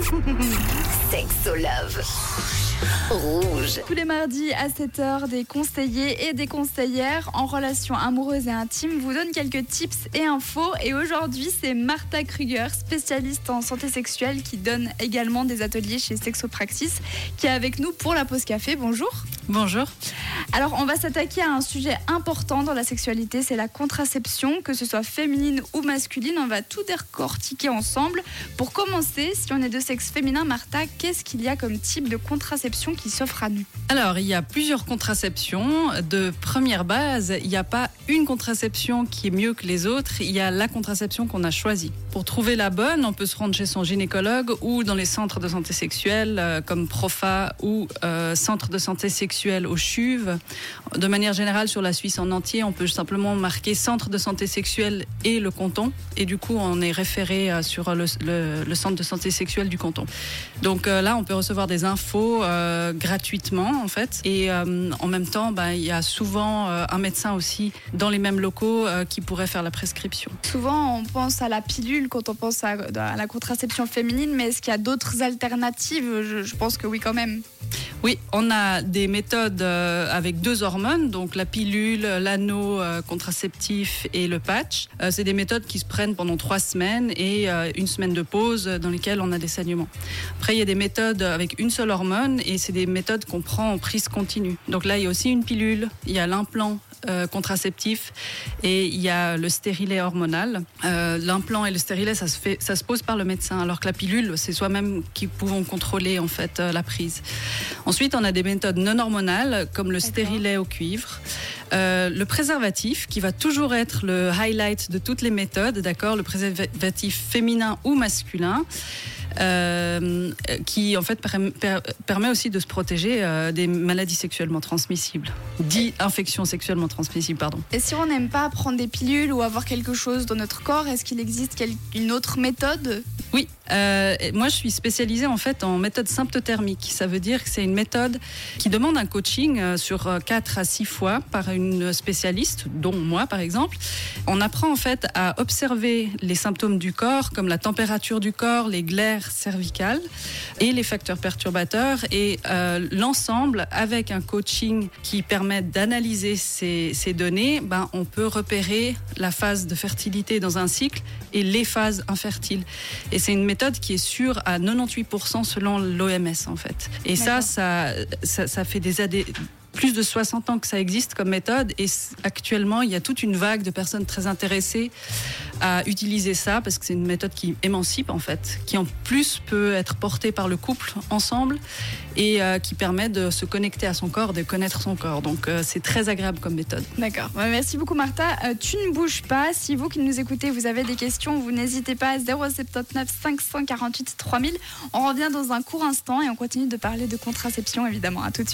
Sexolove. Rouge. Tous les mardis à 7h, des conseillers et des conseillères en relations amoureuses et intimes vous donnent quelques tips et infos. Et aujourd'hui, c'est Martha Kruger, spécialiste en santé sexuelle, qui donne également des ateliers chez Sexopraxis, qui est avec nous pour la pause café. Bonjour. Bonjour. Alors, on va s'attaquer à un sujet important dans la sexualité, c'est la contraception, que ce soit féminine ou masculine. On va tout décortiquer ensemble. Pour commencer, si on est de sexe féminin, Martha, qu'est-ce qu'il y a comme type de contraception qui s'offre à nous? Alors, il y a plusieurs contraceptions. De première base, il n'y a pas une contraception qui est mieux que les autres. Il y a la contraception qu'on a choisie. Pour trouver la bonne, on peut se rendre chez son gynécologue ou dans les centres de santé sexuelle comme Profa ou centre de santé sexuelle au CHUV. De manière générale, sur la Suisse en entier, on peut simplement marquer centre de santé sexuelle et le canton. Et du coup, on est référé sur le centre de santé sexuelle du canton. Donc là, on peut recevoir des infos gratuitement en fait. Et en même temps, il y a souvent un médecin aussi dans les mêmes locaux qui pourrait faire la prescription. Souvent, on pense à la pilule quand on pense à la contraception féminine, mais est-ce qu'il y a d'autres alternatives? Je pense que oui quand même. Oui, on a des méthodes avec 2 hormones, donc la pilule, l'anneau contraceptif et le patch. C'est des méthodes qui se prennent pendant 3 semaines et 1 semaine de pause dans lesquelles on a des saignements. Après, il y a des méthodes avec une seule hormone et c'est des méthodes qu'on prend en prise continue. Donc là, il y a aussi une pilule, il y a l'implant contraceptif et il y a le stérilet hormonal. L'implant et le stérilet, ça se pose par le médecin, alors que la pilule, c'est soi-même qui pouvons contrôler en fait la prise. Ensuite, on a des méthodes non hormonales comme le stérilet au cuivre. Le préservatif, qui va toujours être le highlight de toutes les méthodes, d'accord, le préservatif féminin ou masculin. Qui en fait permet aussi de se protéger des maladies sexuellement transmissibles, dit infections sexuellement transmissibles, pardon. Et si on n'aime pas prendre des pilules ou avoir quelque chose dans notre corps, est-ce qu'il existe une autre méthode? Oui, moi je suis spécialisée en fait en méthode symptothermique. Ça veut dire que c'est une méthode qui demande un coaching sur 4 à 6 fois par une spécialiste, dont moi par exemple. On apprend en fait à observer les symptômes du corps, comme la température du corps, les glaires cervicales et les facteurs perturbateurs, et l'ensemble avec un coaching qui permet d'analyser ces données, on peut repérer la phase de fertilité dans un cycle et les phases infertiles. Et c'est une méthode qui est sûre à 98% selon l'OMS en fait. Et ça fait des années, plus de 60 ans que ça existe comme méthode, et actuellement il y a toute une vague de personnes très intéressées à utiliser ça parce que c'est une méthode qui émancipe en fait, qui en plus peut être portée par le couple ensemble et qui permet de se connecter à son corps, de connaître son corps. Donc c'est très agréable comme méthode. D'accord. Merci beaucoup Martha. Tu ne bouges pas. Si vous qui nous écoutez, vous avez des questions, vous n'hésitez pas à 079 548 3000. On revient dans un court instant et on continue de parler de contraception évidemment. À tout de suite.